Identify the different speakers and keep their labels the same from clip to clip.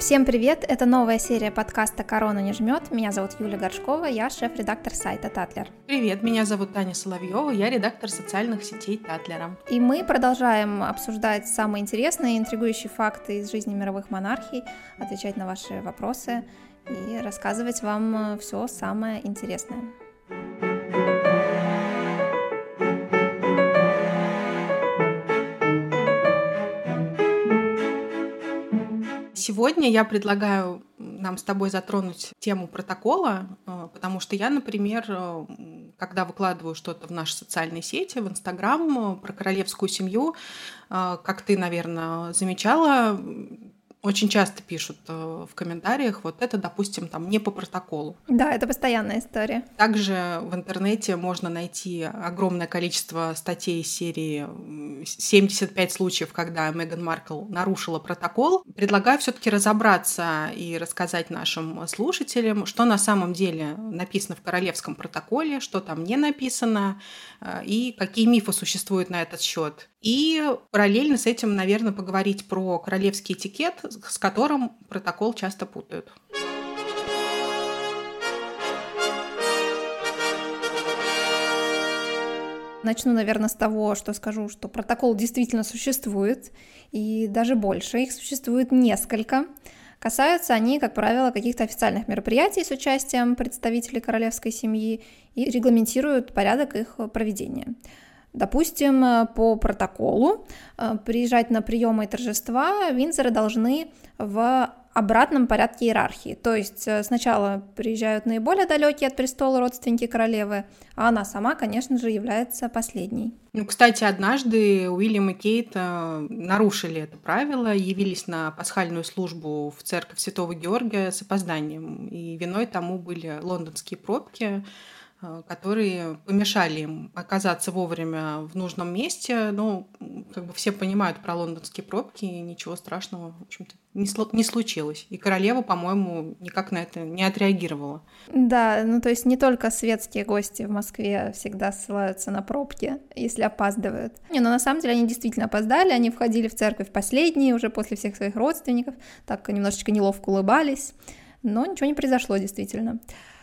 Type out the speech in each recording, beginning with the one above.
Speaker 1: Всем привет! Это новая серия подкаста «Корона не жмет». Меня зовут Юля Горшкова, я шеф-редактор сайта Татлер.
Speaker 2: Привет, меня зовут Таня Соловьева, я редактор социальных сетей Татлера.
Speaker 1: И мы продолжаем обсуждать самые интересные и интригующие факты из жизни мировых монархий, отвечать на ваши вопросы и рассказывать вам все самое интересное.
Speaker 2: Сегодня я предлагаю нам с тобой затронуть тему протокола, потому что я, например, когда выкладываю что-то в наши социальные сети, в Инстаграм про королевскую семью, как ты, наверное, замечала, очень часто пишут в комментариях, вот это, допустим, там не по протоколу.
Speaker 1: Да, это постоянная история.
Speaker 2: Также в интернете можно найти огромное количество статей из серии «75 случаев, когда Меган Маркл нарушила протокол». Предлагаю все-таки разобраться и рассказать нашим слушателям, что на самом деле написано в королевском протоколе, что там не написано и какие мифы существуют на этот счет. И параллельно с этим, наверное, поговорить про королевский этикет, с которым протокол часто путают.
Speaker 1: Начну, наверное, с того, что скажу, что протокол действительно существует, и даже больше, их существует несколько. Касаются они, как правило, каких-то официальных мероприятий с участием представителей королевской семьи и регламентируют порядок их проведения. Допустим, по протоколу приезжать на приемы и торжества Виндзоры должны в обратном порядке иерархии. То есть сначала приезжают наиболее далекие от престола родственники королевы, а она сама, конечно же, является последней.
Speaker 2: Кстати, однажды Уильям и Кейт нарушили это правило, явились на пасхальную службу в церковь Святого Георгия с опозданием, и виной тому были лондонские пробки, которые помешали им оказаться вовремя в нужном месте. Ну, как бы все понимают про лондонские пробки, и ничего страшного, в общем-то, не случилось. И королева, по-моему, никак на это не отреагировала.
Speaker 1: Да, ну то есть не только светские гости в Москве всегда ссылаются на пробки, если опаздывают. Но на самом деле они действительно опоздали, они входили в церковь последние, уже после всех своих родственников, так немножечко неловко улыбались, но ничего не произошло действительно.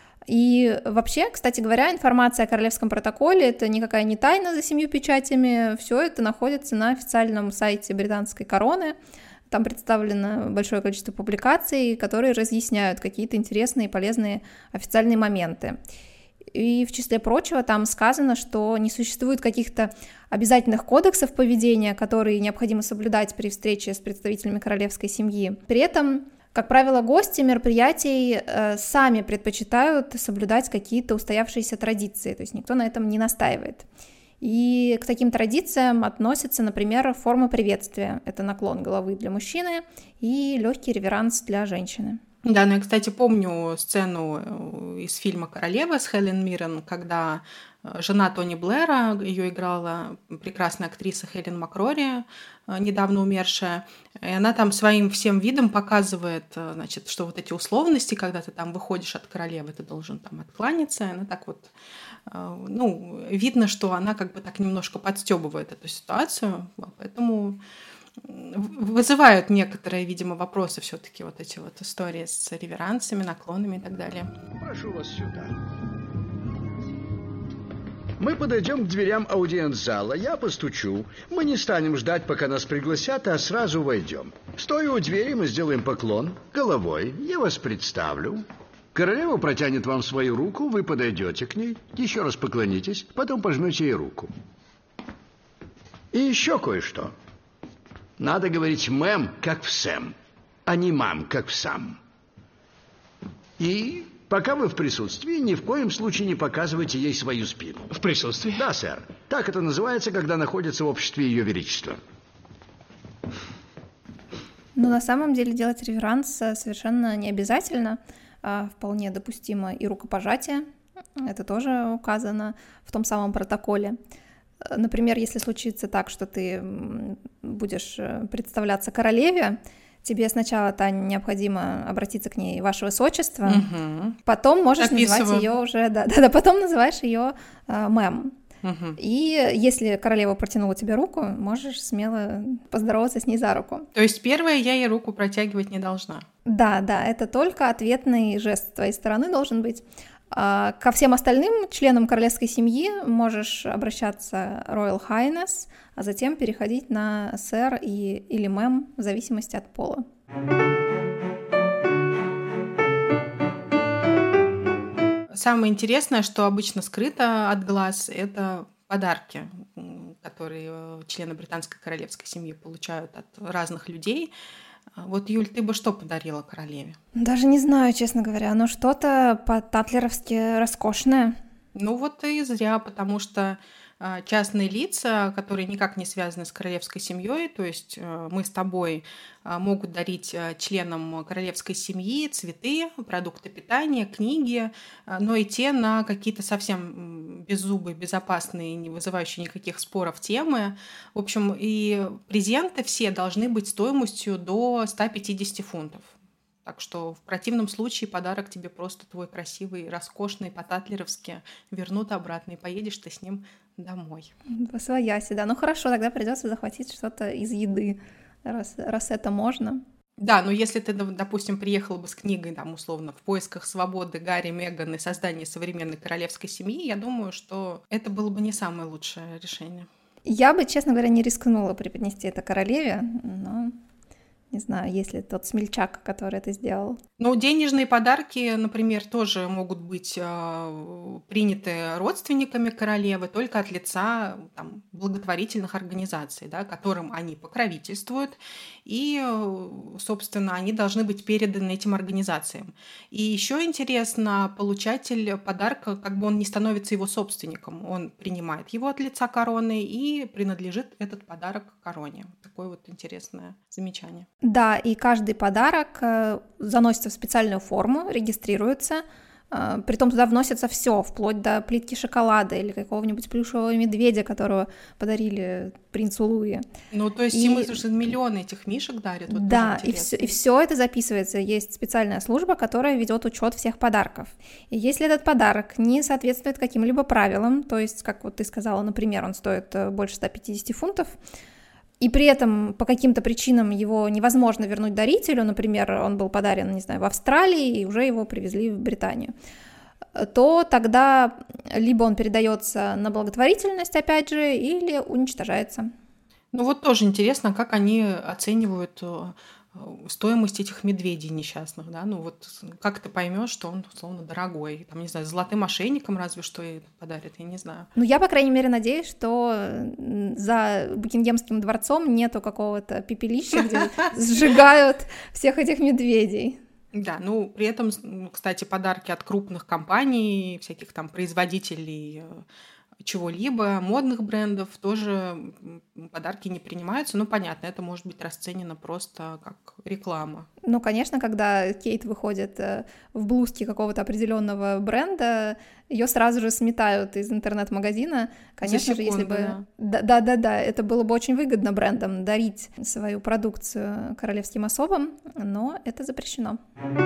Speaker 1: И вообще, кстати говоря, информация о королевском протоколе — это никакая не тайна за 7 печатями, все это находится на официальном сайте британской короны, там представлено большое количество публикаций, которые разъясняют какие-то интересные и полезные официальные моменты. И в числе прочего там сказано, что не существует каких-то обязательных кодексов поведения, которые необходимо соблюдать при встрече с представителями королевской семьи. При этом, как правило, гости мероприятий сами предпочитают соблюдать какие-то устоявшиеся традиции, то есть никто на этом не настаивает. И к таким традициям относятся, например, форма приветствия. Это наклон головы для мужчины и легкий реверанс для женщины.
Speaker 2: Да, ну я, кстати, помню сцену из фильма «Королева» с Хелен Миррен, когда жена Тони Блэра, ее играла прекрасная актриса Хелен Макрори, недавно умершая, и она там своим всем видом показывает, значит, что вот эти условности, когда ты там выходишь от королевы, ты должен там откланяться, и она так вот, ну, видно, что она как бы так немножко подстёбывает эту ситуацию, поэтому вызывают некоторые, видимо, вопросы все-таки вот эти вот истории с реверансами, наклонами и так далее.
Speaker 3: Прошу вас сюда. Мы подойдем к дверям аудиенц-зала, я постучу. Мы не станем ждать, пока нас пригласят, а сразу войдем. Стоя у двери, мы сделаем поклон головой, я вас представлю. Королева протянет вам свою руку, вы подойдете к ней, еще раз поклонитесь, потом пожмете ей руку. И еще кое-что. Надо говорить «мэм», как в «сэм», а не «мам», как в «сам». И пока вы в присутствии, ни в коем случае не показывайте ей свою спину.
Speaker 4: В присутствии?
Speaker 3: Да, сэр. Так это называется, когда находится в обществе Ее Величества.
Speaker 1: Но на самом деле делать реверанс совершенно не обязательно. Вполне допустимо и рукопожатие. Это тоже указано в том самом протоколе. Например, если случится так, что ты будешь представляться королеве, тебе сначала, Таня, необходимо обратиться к ней «Ваше Высочество», потом можешь называть ее уже, потом называешь ее «мэм». И если королева протянула тебе руку, можешь смело поздороваться с ней за руку.
Speaker 2: То есть первая я ей руку протягивать не должна?
Speaker 1: Да, это только ответный жест с твоей стороны должен быть. Ко всем остальным членам королевской семьи можешь обращаться Royal Highness, а затем переходить на сэр или мэм в зависимости от пола.
Speaker 2: Самое интересное, что обычно скрыто от глаз, это подарки, которые члены британской королевской семьи получают от разных людей. Вот, Юль, ты бы что подарила королеве?
Speaker 1: Даже не знаю, честно говоря, но что-то по-татлеровски роскошное.
Speaker 2: Ну вот и зря, потому что частные лица, которые никак не связаны с королевской семьей, то есть мы с тобой могут дарить членам королевской семьи цветы, продукты питания, книги, но и те на какие-то совсем беззубые, безопасные, не вызывающие никаких споров темы. В общем, и презенты все должны быть стоимостью до 150 фунтов. Так что в противном случае подарок тебе просто твой красивый, роскошный, по-татлеровски вернут обратно, и поедешь ты с ним домой.
Speaker 1: Восвояси, да. Ну хорошо, тогда придется захватить что-то из еды, раз это можно.
Speaker 2: Да, но если ты, допустим, приехала бы с книгой, там, условно, «В поисках свободы» Гарри, Меган и создание современной королевской семьи, я думаю, что это было бы не самое лучшее решение.
Speaker 1: Я бы, честно говоря, не рискнула преподнести это королеве, но... Не знаю, есть ли тот смельчак, который это сделал.
Speaker 2: Ну, денежные подарки, например, тоже могут быть приняты родственниками королевы только от лица там, благотворительных организаций, да, которым они покровительствуют, и, собственно, они должны быть переданы этим организациям. И еще интересно, получатель подарка, как бы он не становится его собственником, он принимает его от лица короны, и принадлежит этот подарок короне. Такое вот интересное замечание.
Speaker 1: Да, и каждый подарок заносится в специальную форму, регистрируется, притом туда вносится все, вплоть до плитки шоколада или какого-нибудь плюшевого медведя, которого подарили принцу Луи.
Speaker 2: Ну, то есть ему миллионы этих мишек дарят. Вот
Speaker 1: да, и все это записывается. Есть специальная служба, которая ведет учет всех подарков. И если этот подарок не соответствует каким-либо правилам, то есть, как вот ты сказала, например, он стоит больше 150 фунтов, и при этом по каким-то причинам его невозможно вернуть дарителю, например, он был подарен, не знаю, в Австралии, и уже его привезли в Британию, то тогда либо он передается на благотворительность, опять же, или уничтожается.
Speaker 2: Ну вот тоже интересно, как они оценивают стоимость этих медведей несчастных, да, ну вот как ты поймешь, что он, условно, дорогой, там, не знаю, золотым мошенникам разве что и подарят, я не знаю.
Speaker 1: Ну, я, по крайней мере, надеюсь, что за Букингемским дворцом нету какого-то пепелища, где сжигают всех этих медведей.
Speaker 2: Да, ну, при этом, кстати, подарки от крупных компаний, всяких там производителей чего-либо, модных брендов, тоже подарки не принимаются. Ну, понятно, это может быть расценено просто как реклама.
Speaker 1: Ну, конечно, когда Кейт выходит в блузке какого-то определенного бренда, ее сразу же сметают из интернет-магазина. Конечно же, если бы... Да, это было бы очень выгодно брендам дарить свою продукцию королевским особам, но это запрещено.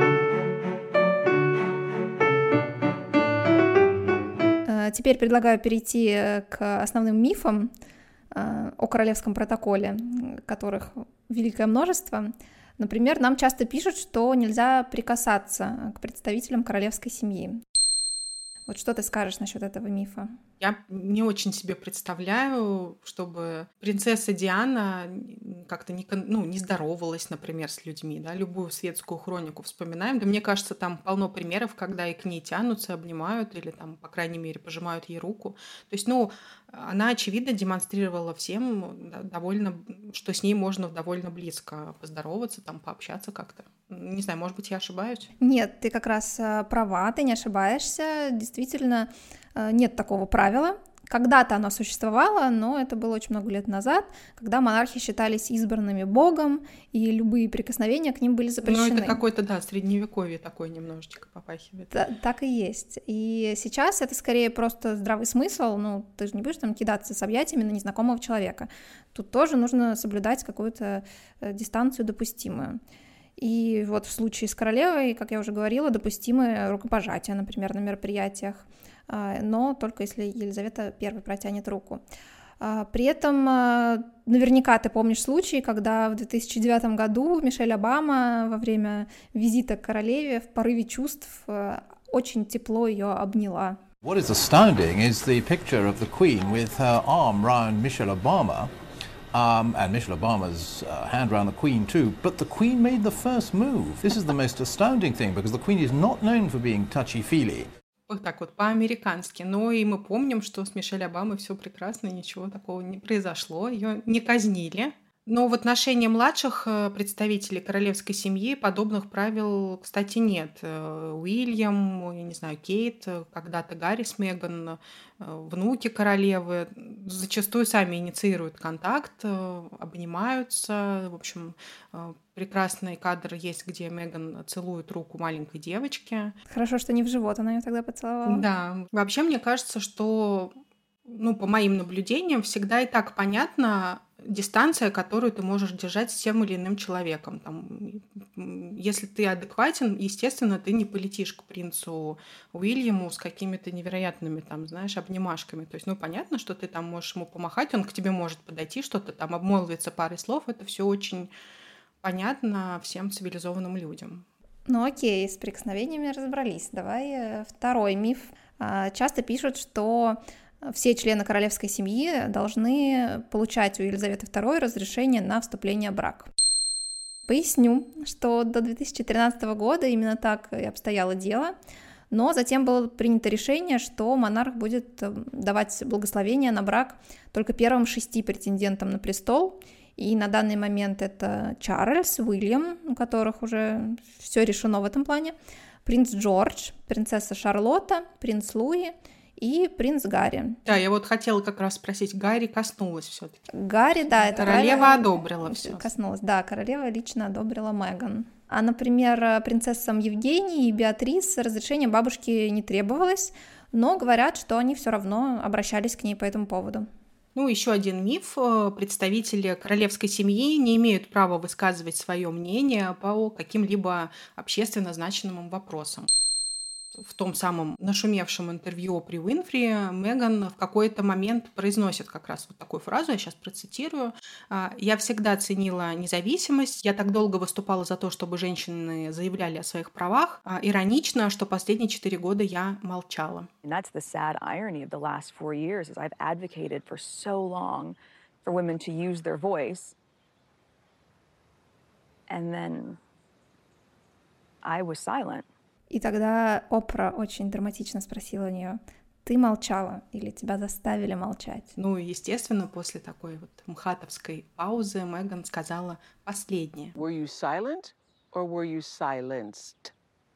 Speaker 1: Теперь предлагаю перейти к основным мифам о королевском протоколе, которых великое множество. Например, нам часто пишут, что нельзя прикасаться к представителям королевской семьи. Вот что ты скажешь насчет этого мифа?
Speaker 2: Я не очень себе представляю, чтобы принцесса Диана как-то не здоровалась, например, с людьми, да, любую светскую хронику вспоминаем. Да мне кажется, там полно примеров, когда и к ней тянутся, обнимают или там, по крайней мере, пожимают ей руку. То есть, она, очевидно, демонстрировала всем довольно, что с ней можно довольно близко поздороваться, там, пообщаться как-то. Не знаю, может быть, я ошибаюсь?
Speaker 1: Нет, ты как раз права, ты не ошибаешься. Действительно, нет такого правила. Когда-то оно существовало, но это было очень много лет назад, когда монархи считались избранными богом, и любые прикосновения к ним были запрещены.
Speaker 2: Ну, это какое-то, да, средневековье такое немножечко попахивает.
Speaker 1: Так и есть. И сейчас это скорее просто здравый смысл. Ты же не будешь там кидаться с объятиями на незнакомого человека. Тут тоже нужно соблюдать какую-то дистанцию допустимую. И вот в случае с королевой, как я уже говорила, допустимы рукопожатия, например, на мероприятиях. но только если Елизавета I протянет руку. При этом наверняка ты помнишь случай, когда в 2009 году Мишель Обама во время визита к королеве в порыве чувств очень тепло ее обняла.
Speaker 4: What is astounding is the picture of the Queen with her arm round Michelle Obama, and Michelle Obama's hand round the Queen too, but the Queen made the first move. This is the most astounding thing, because the Queen is not known for being touchy-feely.
Speaker 2: Вот так вот, по-американски. Но и мы помним, что с Мишель Обамой все прекрасно, ничего такого не произошло, ее не казнили. Но в отношении младших представителей королевской семьи подобных правил, кстати, нет. Уильям, я не знаю, Кейт, когда-то Гарри с Меган, внуки королевы зачастую сами инициируют контакт, обнимаются. В общем, прекрасный кадр есть, где Меган целует руку маленькой девочки.
Speaker 1: Хорошо, что не в живот она ее тогда поцеловала.
Speaker 2: Да. Вообще, мне кажется, что, по моим наблюдениям, всегда и так понятно дистанция, которую ты можешь держать с тем или иным человеком. Если ты адекватен, естественно, ты не полетишь к принцу Уильяму с какими-то невероятными, обнимашками. То есть, понятно, что ты там можешь ему помахать, он к тебе может подойти, что-то там обмолвиться парой слов. Это все очень понятно всем цивилизованным людям.
Speaker 1: Окей, с прикосновениями разобрались. Давай второй миф. Часто пишут, что все члены королевской семьи должны получать у Елизаветы II разрешение на вступление в брак. Поясню, что до 2013 года именно так и обстояло дело, но затем было принято решение, что монарх будет давать благословение на брак только первым 6 претендентам на престол, и на данный момент это Чарльз, Уильям, у которых уже все решено в этом плане, принц Джордж, принцесса Шарлотта, принц Луи и принц Гарри.
Speaker 2: Да, я вот хотела как раз спросить, Гарри коснулась все-таки.
Speaker 1: Гарри, да, это
Speaker 2: королева одобрила все.
Speaker 1: Коснулась, да, королева лично одобрила Меган. А, например, принцессам Евгении и Беатрис разрешения бабушки не требовалось, но говорят, что они все равно обращались к ней по этому поводу.
Speaker 2: Еще один миф. Представители королевской семьи не имеют права высказывать свое мнение по каким-либо общественно значимым вопросам. В том самом нашумевшем интервью при Уинфри Меган в какой-то момент произносит как раз вот такую фразу, я сейчас процитирую. «Я всегда ценила независимость, я так долго выступала за то, чтобы женщины заявляли о своих правах. Иронично, что последние 4 года я молчала».
Speaker 5: That's the sad irony of the last 4 years, is I've advocated for so long for women to use their voice, and then I was silent.
Speaker 1: И тогда Опра очень драматично спросила у нее: «Ты молчала или тебя заставили молчать?»
Speaker 2: Естественно, после такой вот мхатовской паузы Меган сказала последнее.
Speaker 6: Were you silent or were you silenced?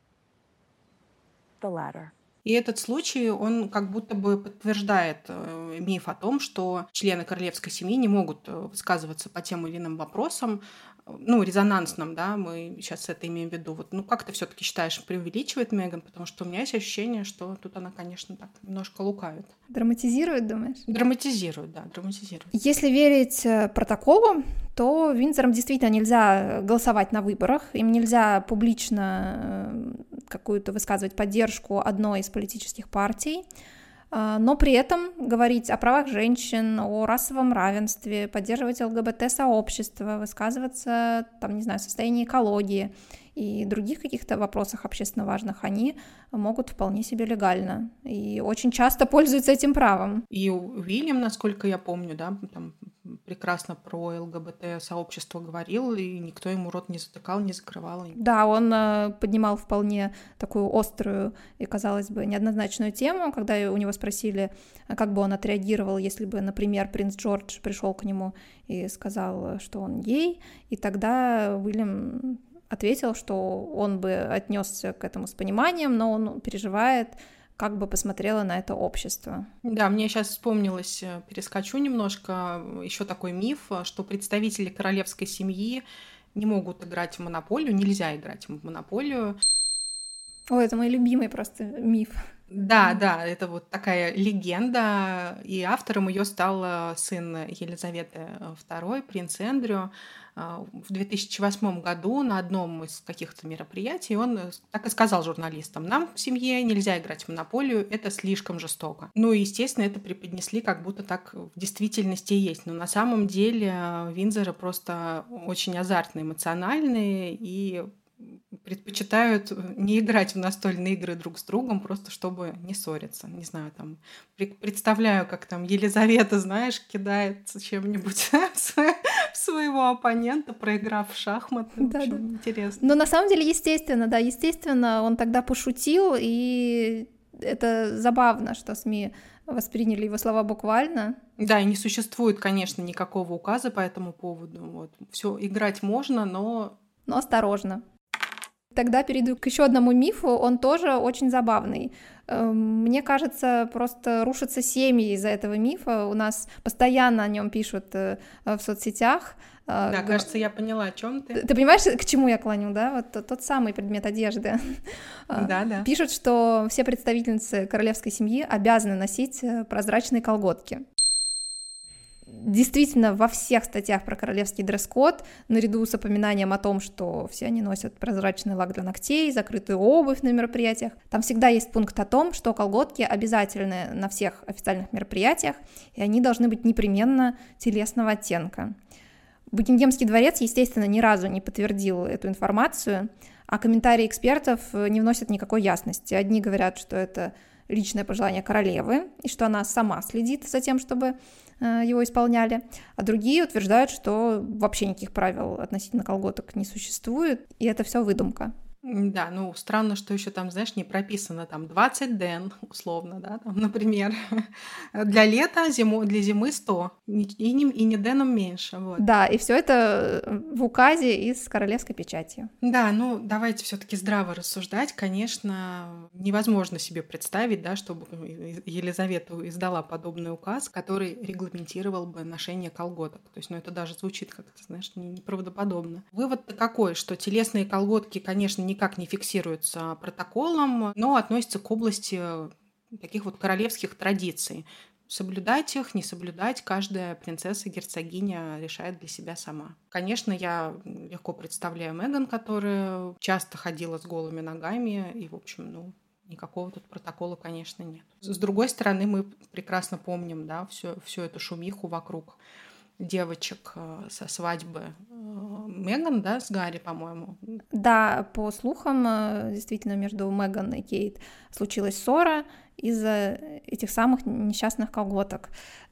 Speaker 5: The latter.
Speaker 2: И этот случай, он как будто бы подтверждает миф о том, что члены королевской семьи не могут высказываться по тем или иным вопросам, резонансным, да, мы сейчас это имеем в виду. Как ты все-таки считаешь, преувеличивает Меган? Потому что у меня есть ощущение, что тут она, конечно, так немножко лукавит.
Speaker 1: Драматизирует, думаешь?
Speaker 2: Драматизирует, да, драматизирует.
Speaker 1: Если верить протоколу, то Виндзорам действительно нельзя голосовать на выборах, им нельзя публично какую-то высказывать поддержку одной из политических партий, но при этом говорить о правах женщин, о расовом равенстве, поддерживать ЛГБТ-сообщество, высказываться, о состоянии экологии и других каких-то вопросах общественно важных, они могут вполне себе легально и очень часто пользуются этим правом.
Speaker 2: И Уильям, насколько я помню, да, там прекрасно про ЛГБТ-сообщество говорил, и никто ему рот не затыкал, не закрывал.
Speaker 1: Да, он поднимал вполне такую острую и, казалось бы, неоднозначную тему, когда у него спросили, как бы он отреагировал, если бы, например, принц Джордж пришел к нему и сказал, что он гей, и тогда Уильям ответил, что он бы отнесся к этому с пониманием, но он переживает, как бы посмотрело на это общество. Да,
Speaker 2: мне сейчас вспомнилось, перескочу немножко, еще такой миф, что представители королевской семьи не могут играть в монополию, нельзя играть в монополию.
Speaker 1: Ой, это мой любимый просто миф.
Speaker 2: Да, это вот такая легенда, и автором ее стал сын Елизаветы II, принц Эндрю. В 2008 году на одном из каких-то мероприятий он так и сказал журналистам: нам в семье нельзя играть в монополию, это слишком жестоко. Ну и, естественно, это преподнесли, как будто так в действительности и есть. Но на самом деле Виндзоры просто очень азартные, эмоциональные и предпочитают не играть в настольные игры друг с другом, просто чтобы не ссориться. Не знаю, там, представляю, как там Елизавета, знаешь, кидает чем-нибудь в своего оппонента, проиграв в шахматы. В общем, интересно.
Speaker 1: Но на самом деле, естественно, он тогда пошутил, и это забавно, что СМИ восприняли его слова буквально.
Speaker 2: Да, и не существует, конечно, никакого указа по этому поводу. Вот. Все играть можно, но
Speaker 1: осторожно. Тогда перейду к еще одному мифу, он тоже очень забавный. Мне кажется, просто рушатся семьи из-за этого мифа. У нас постоянно о нем пишут в соцсетях.
Speaker 2: Да, кажется, я поняла, о чем ты.
Speaker 1: Ты понимаешь, к чему я клоню, да? Вот тот самый предмет одежды.
Speaker 2: Да.
Speaker 1: Пишут, что все представительницы королевской семьи обязаны носить прозрачные колготки. Действительно, во всех статьях про королевский дресс-код, наряду с упоминанием о том, что все они носят прозрачный лак для ногтей, закрытую обувь на мероприятиях, там всегда есть пункт о том, что колготки обязательны на всех официальных мероприятиях, и они должны быть непременно телесного оттенка. Букингемский дворец, естественно, ни разу не подтвердил эту информацию, а комментарии экспертов не вносят никакой ясности. Одни говорят, что это личное пожелание королевы, и что она сама следит за тем, чтобы его исполняли, а другие утверждают, что вообще никаких правил относительно колготок не существует, и это все выдумка.
Speaker 2: Да, странно, что еще там, знаешь, не прописано там 20 ден, условно, да, там, например. Для лета, для зимы 100, и не деном меньше. Вот.
Speaker 1: Да, и все это в указе и с королевской печатью.
Speaker 2: Да, давайте все-таки здраво рассуждать. Конечно, невозможно себе представить, да, чтобы Елизавета издала подобный указ, который регламентировал бы ношение колготок. То есть, это даже звучит как-то, знаешь, неправдоподобно. Вывод-то какой, что телесные колготки, конечно, никак не фиксируются протоколом, но относятся к области таких вот королевских традиций. Соблюдать их, не соблюдать, каждая принцесса, герцогиня решает для себя сама. Конечно, я легко представляю Меган, которая часто ходила с голыми ногами, и, в общем, никакого тут протокола, конечно, нет. С другой стороны, мы прекрасно помним, да, всю эту шумиху вокруг девочек со свадьбы Меган, да, с Гарри, по-моему.
Speaker 1: Да, по слухам, действительно, между Меган и Кейт случилась ссора из-за этих самых несчастных колготок.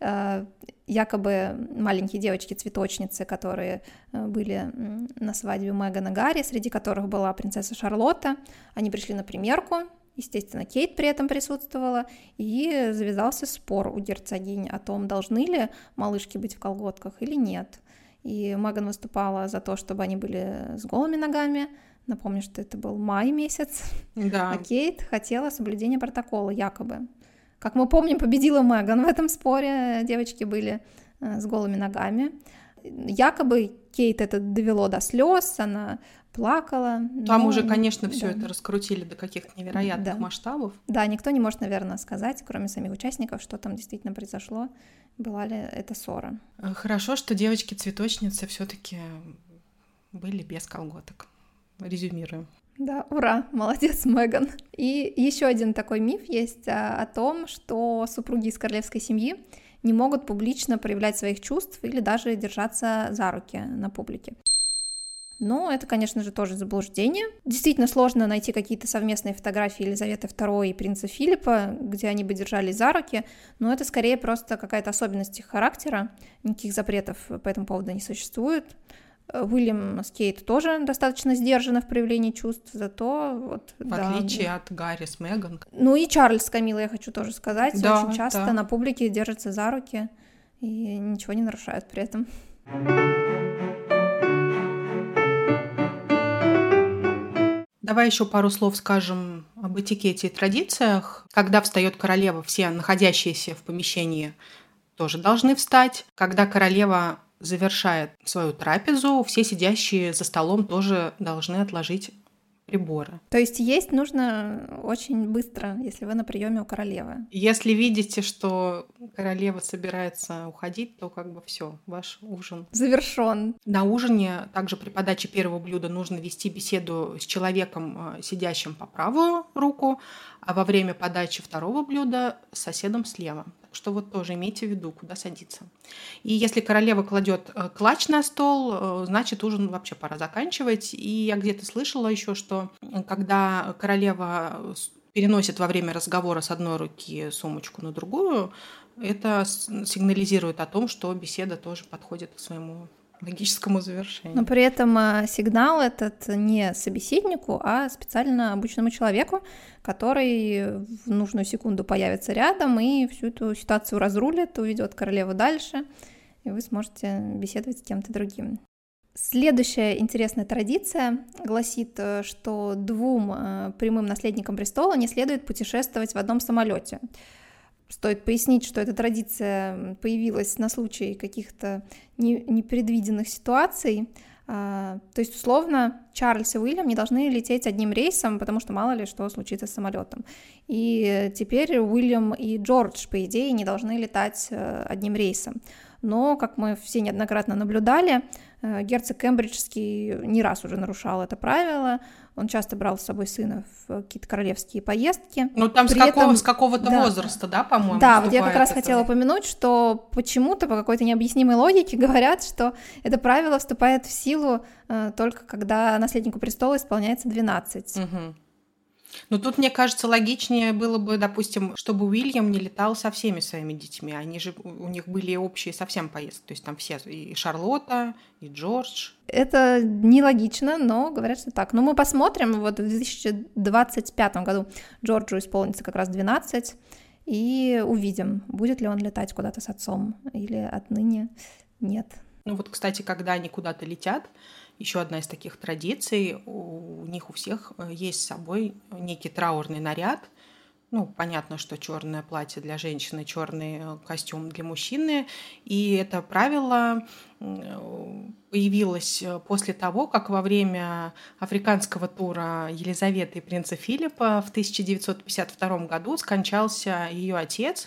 Speaker 1: Якобы маленькие девочки-цветочницы, которые были на свадьбе Меган и Гарри, среди которых была принцесса Шарлотта, они пришли на примерку. Естественно, Кейт при этом присутствовала, и завязался спор у герцогинь о том, должны ли малышки быть в колготках или нет. И Меган выступала за то, чтобы они были с голыми ногами. Напомню, что это был май месяц.
Speaker 2: Да.
Speaker 1: А Кейт хотела соблюдения протокола, якобы. Как мы помним, победила Меган в этом споре. Девочки были с голыми ногами. Якобы Кейт это довело до слез, она плакала.
Speaker 2: Там уже, конечно, все это раскрутили до каких-то невероятных масштабов.
Speaker 1: Да, никто не может, наверное, сказать, кроме самих участников, что там действительно произошло, была ли это ссора.
Speaker 2: Хорошо, что девочки-цветочницы все-таки были без колготок. Резюмируем.
Speaker 1: Да, ура, молодец, Меган. И еще один такой миф есть о том, что супруги из королевской семьи не могут публично проявлять своих чувств или даже держаться за руки на публике. Но это, конечно же, тоже заблуждение. Действительно сложно найти какие-то совместные фотографии Елизаветы II и принца Филиппа, где они бы держались за руки, но это скорее просто какая-то особенность их характера. Никаких запретов по этому поводу не существует. Уильям с Кейт тоже достаточно сдержаны в проявлении чувств, зато вот...
Speaker 2: В отличие от Гарри с Меган.
Speaker 1: И Чарльз с Камилой, я хочу тоже сказать,
Speaker 2: да,
Speaker 1: очень часто на публике держатся за руки и ничего не нарушают при этом.
Speaker 2: Давай еще пару слов скажем об этикете и традициях. Когда встает королева, все находящиеся в помещении тоже должны встать. Когда королева завершает свою трапезу, все сидящие за столом тоже должны отложить приборы.
Speaker 1: То есть есть нужно очень быстро, если вы на приеме у королевы.
Speaker 2: Если видите, что королева собирается уходить, то как бы все, ваш ужин
Speaker 1: завершен.
Speaker 2: На ужине также при подаче первого блюда нужно вести беседу с человеком, сидящим по правую руку, а во время подачи второго блюда с соседом слева. Так что вот тоже имейте в виду, куда садиться. И если королева кладет клач на стол, значит, ужин вообще пора заканчивать. И я где-то слышала еще, что когда королева переносит во время разговора с одной руки сумочку на другую, это сигнализирует о том, что беседа тоже подходит к своему логическому завершению.
Speaker 1: Но при этом сигнал этот не собеседнику, а специально обычному человеку, который в нужную секунду появится рядом и всю эту ситуацию разрулит, уведет королеву дальше, и вы сможете беседовать с кем-то другим. Следующая интересная традиция гласит, что двум прямым наследникам престола не следует путешествовать в одном самолете. Стоит пояснить, что эта традиция появилась на случай каких-то непредвиденных ситуаций. То есть, условно, Чарльз и Уильям не должны лететь одним рейсом, потому что мало ли что случится с самолетом. И теперь Уильям и Джордж, по идее, не должны летать одним рейсом. Но, как мы все неоднократно наблюдали, герцог Кембриджский не раз уже нарушал это правило. Он часто брал с собой сына в какие-то королевские поездки.
Speaker 2: Ну, там с какого-то возраста, да, по-моему?
Speaker 1: Да, вот я как раз хотела упомянуть, что почему-то по какой-то необъяснимой логике говорят, что это правило вступает в силу только когда наследнику престола исполняется 12.
Speaker 2: Угу. Ну, тут, мне кажется, логичнее было бы, допустим, чтобы Уильям не летал со всеми своими детьми. Они же, у них были общие совсем поездки. То есть там все, и Шарлотта, и Джордж.
Speaker 1: Это нелогично, но говорят, что так. Но мы посмотрим. Вот в 2025 году Джорджу исполнится как раз 12, и увидим, будет ли он летать куда-то с отцом или отныне нет.
Speaker 2: Ну вот, кстати, когда они куда-то летят, еще одна из таких традиций, у них у всех есть с собой некий траурный наряд. Ну, понятно, что черное платье для женщины, черный костюм для мужчины. И это правило появилось после того, как во время африканского тура Елизаветы и принца Филиппа в 1952 году скончался ее отец,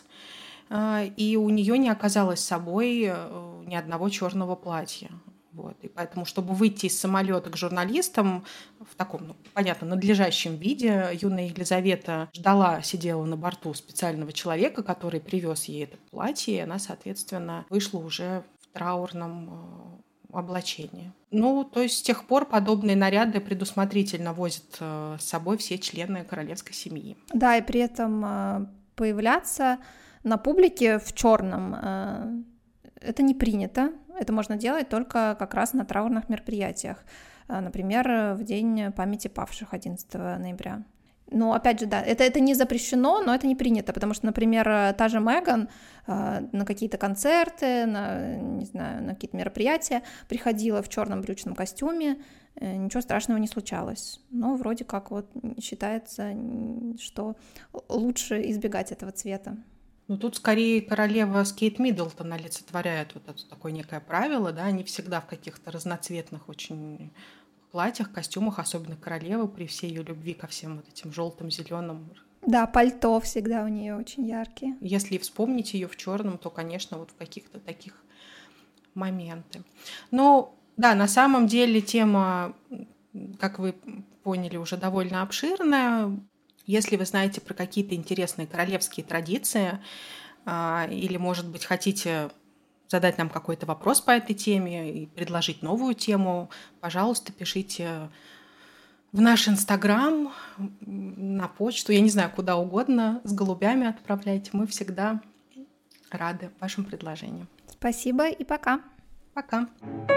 Speaker 2: и у нее не оказалось с собой ни одного черного платья. Вот. И поэтому, чтобы выйти из самолета к журналистам в таком, понятно, надлежащем виде, юная Елизавета сидела на борту специального человека, который привез ей это платье, и она, соответственно, вышла уже в траурном облачении. Ну, то есть с тех пор подобные наряды предусмотрительно возят с собой все члены королевской семьи.
Speaker 1: Да, и при этом появляться на публике в черном это не принято. Это можно делать только как раз на траурных мероприятиях. Например, в День памяти павших 11 ноября. Но опять же, да, это не запрещено, но это не принято, потому что, например, та же Меган на какие-то концерты, не знаю, на какие-то мероприятия приходила в черном брючном костюме, ничего страшного не случалось. Но вроде как вот считается, что лучше избегать этого цвета.
Speaker 2: Ну, тут скорее королева с Кейт Миддлтон олицетворяет вот это такое некое правило, да, они всегда в каких-то разноцветных очень платьях, костюмах, особенно королева, при всей ее любви ко всем вот этим желтым, зеленым.
Speaker 1: Да, пальто всегда у нее очень яркие.
Speaker 2: Если вспомнить ее в черном, то, конечно, вот в каких-то таких моментах. Но, да, на самом деле тема, как вы поняли, уже довольно обширная. Если вы знаете про какие-то интересные королевские традиции или, может быть, хотите задать нам какой-то вопрос по этой теме и предложить новую тему, пожалуйста, пишите в наш Инстаграм, на почту, я не знаю, куда угодно, с голубями отправляйте. Мы всегда рады вашим предложениям.
Speaker 1: Спасибо и пока.
Speaker 2: Пока.